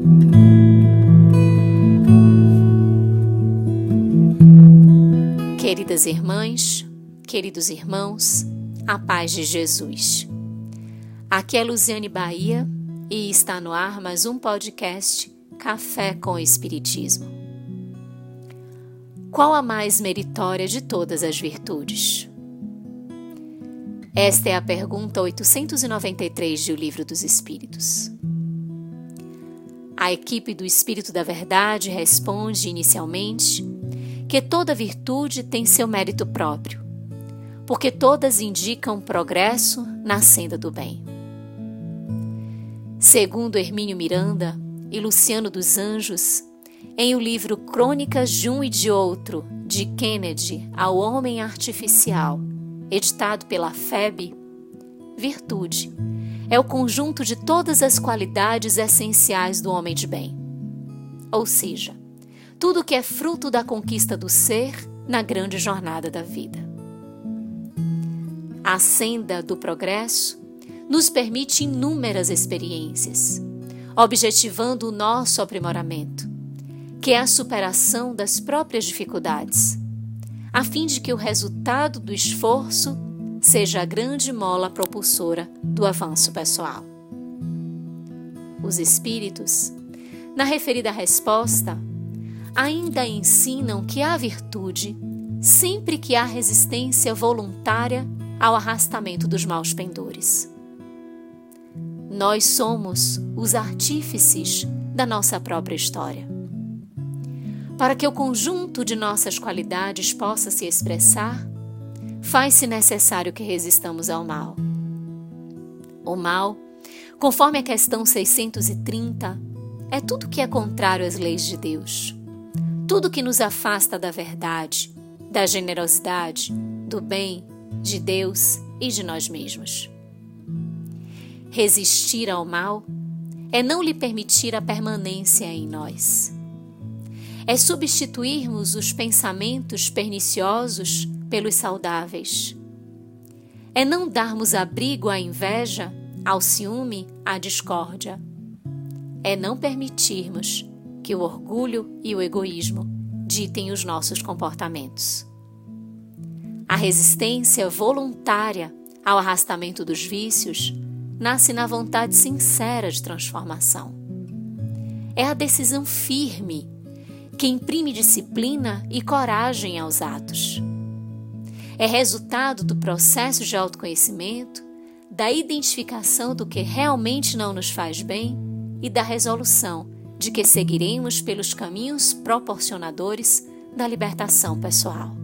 Queridas irmãs, queridos irmãos, a paz de Jesus. Aqui é Luziane Bahia e está no ar mais um podcast Café com Espiritismo. Qual a mais meritória de todas as virtudes? Esta é a pergunta 893 do Livro dos Espíritos. A equipe do Espírito da Verdade responde inicialmente que toda virtude tem seu mérito próprio, porque todas indicam progresso na senda do bem. Segundo Hermínio Miranda e Luciano dos Anjos, em o livro Crônicas de um e de Outro, de Kennedy ao Homem Artificial, editado pela FEB, virtude é o conjunto de todas as qualidades essenciais do homem de bem. Ou seja, tudo que é fruto da conquista do ser na grande jornada da vida. A senda do progresso nos permite inúmeras experiências, objetivando o nosso aprimoramento, que é a superação das próprias dificuldades, a fim de que o resultado do esforço seja a grande mola propulsora do avanço pessoal. Os espíritos, na referida resposta, ainda ensinam que há virtude sempre que há resistência voluntária ao arrastamento dos maus pendores. Nós somos os artífices da nossa própria história. Para que o conjunto de nossas qualidades possa se expressar, faz-se necessário que resistamos ao mal. O mal, conforme a questão 630, é tudo que é contrário às leis de Deus. Tudo que nos afasta da verdade, da generosidade, do bem, de Deus e de nós mesmos. Resistir ao mal é não lhe permitir a permanência em nós. É substituirmos os pensamentos perniciosos pelos saudáveis. É não darmos abrigo à inveja, ao ciúme, à discórdia. É não permitirmos que o orgulho e o egoísmo ditem os nossos comportamentos. A resistência voluntária ao arrastamento dos vícios nasce na vontade sincera de transformação. É a decisão firme que imprime disciplina e coragem aos atos. É resultado do processo de autoconhecimento, da identificação do que realmente não nos faz bem e da resolução de que seguiremos pelos caminhos proporcionadores da libertação pessoal.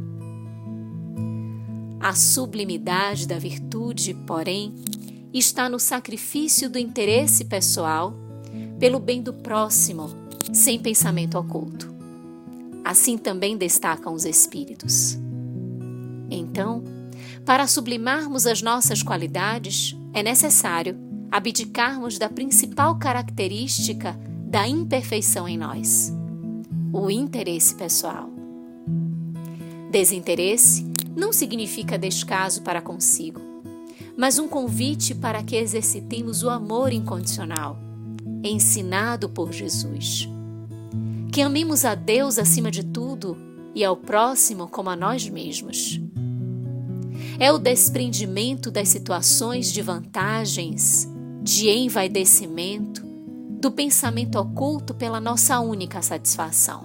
A sublimidade da virtude, porém, está no sacrifício do interesse pessoal pelo bem do próximo, sem pensamento oculto. Assim também destacam os espíritos. Então, para sublimarmos as nossas qualidades, é necessário abdicarmos da principal característica da imperfeição em nós, o interesse pessoal. Desinteresse não significa descaso para consigo, mas um convite para que exercitemos o amor incondicional, ensinado por Jesus. Que amemos a Deus acima de tudo e ao próximo como a nós mesmos. É o desprendimento das situações de vantagens, de envaidecimento, do pensamento oculto pela nossa única satisfação.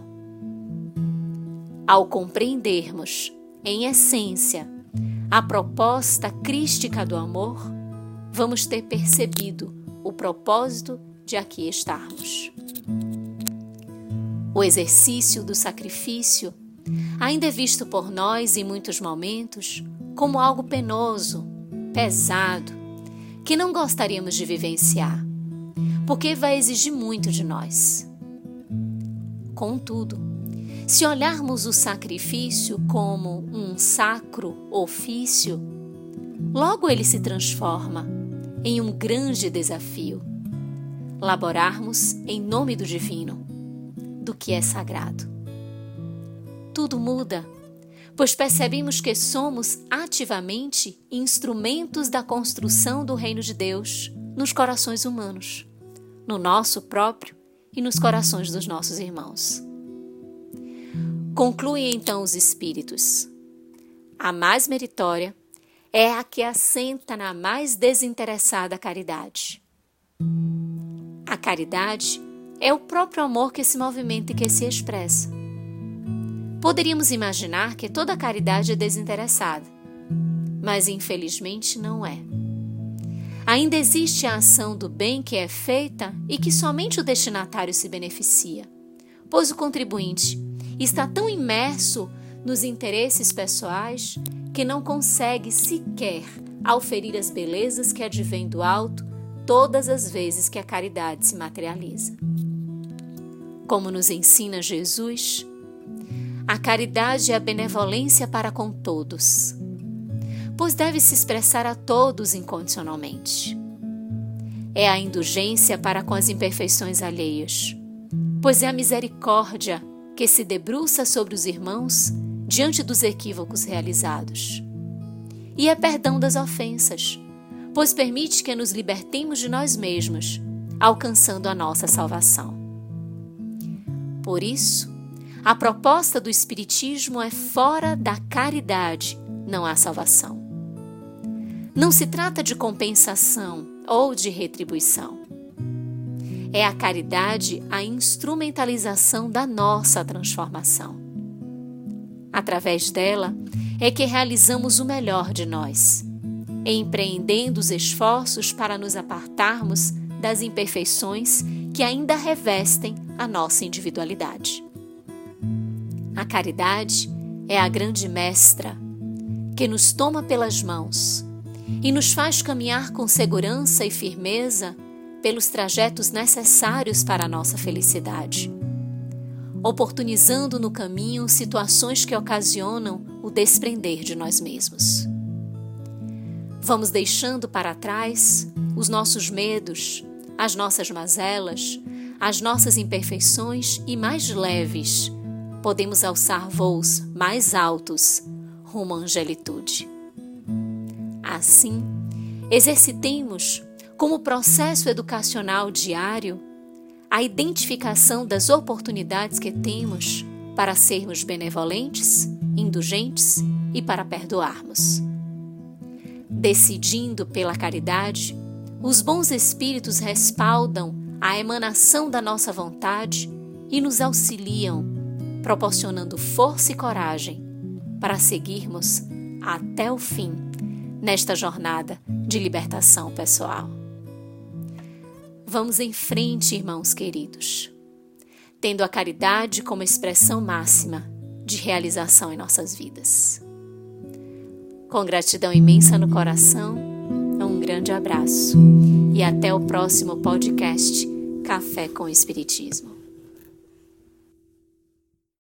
Ao compreendermos, em essência, a proposta crística do amor, vamos ter percebido o propósito de aqui estarmos. O exercício do sacrifício ainda é visto por nós em muitos momentos como algo penoso, pesado, que não gostaríamos de vivenciar, porque vai exigir muito de nós. Contudo, se olharmos o sacrifício como um sacro ofício, logo ele se transforma em um grande desafio. Laborarmos em nome do divino, do que é sagrado. Tudo muda, pois percebemos que somos ativamente instrumentos da construção do reino de Deus nos corações humanos, no nosso próprio e nos corações dos nossos irmãos. Concluem então os Espíritos: a mais meritória é a que assenta na mais desinteressada caridade. A caridade é o próprio amor que se movimenta e que se expressa. Poderíamos imaginar que toda caridade é desinteressada, mas infelizmente não é. Ainda existe a ação do bem que é feita e que somente o destinatário se beneficia, pois o contribuinte está tão imerso nos interesses pessoais que não consegue sequer auferir as belezas que advêm do alto todas as vezes que a caridade se materializa. Como nos ensina Jesus, a caridade é a benevolência para com todos, pois deve se expressar a todos incondicionalmente. É a indulgência para com as imperfeições alheias, pois é a misericórdia que se debruça sobre os irmãos diante dos equívocos realizados. E é perdão das ofensas, pois permite que nos libertemos de nós mesmos, alcançando a nossa salvação. Por isso, a proposta do Espiritismo é: fora da caridade não há salvação. Não se trata de compensação ou de retribuição. É a caridade a instrumentalização da nossa transformação. Através dela é que realizamos o melhor de nós, empreendendo os esforços para nos apartarmos das imperfeições que ainda revestem a nossa individualidade. A caridade é a grande mestra que nos toma pelas mãos e nos faz caminhar com segurança e firmeza pelos trajetos necessários para a nossa felicidade, oportunizando no caminho situações que ocasionam o desprender de nós mesmos. Vamos deixando para trás os nossos medos, as nossas mazelas, as nossas imperfeições e mais leves, podemos alçar voos mais altos rumo à angelitude. Assim, exercitemos como processo educacional diário a identificação das oportunidades que temos para sermos benevolentes, indulgentes e para perdoarmos. Decidindo pela caridade, os bons espíritos respaldam a emanação da nossa vontade e nos auxiliam, proporcionando força e coragem para seguirmos até o fim nesta jornada de libertação pessoal. Vamos em frente, irmãos queridos, tendo a caridade como expressão máxima de realização em nossas vidas. Com gratidão imensa no coração, um grande abraço e até o próximo podcast Café com Espiritismo.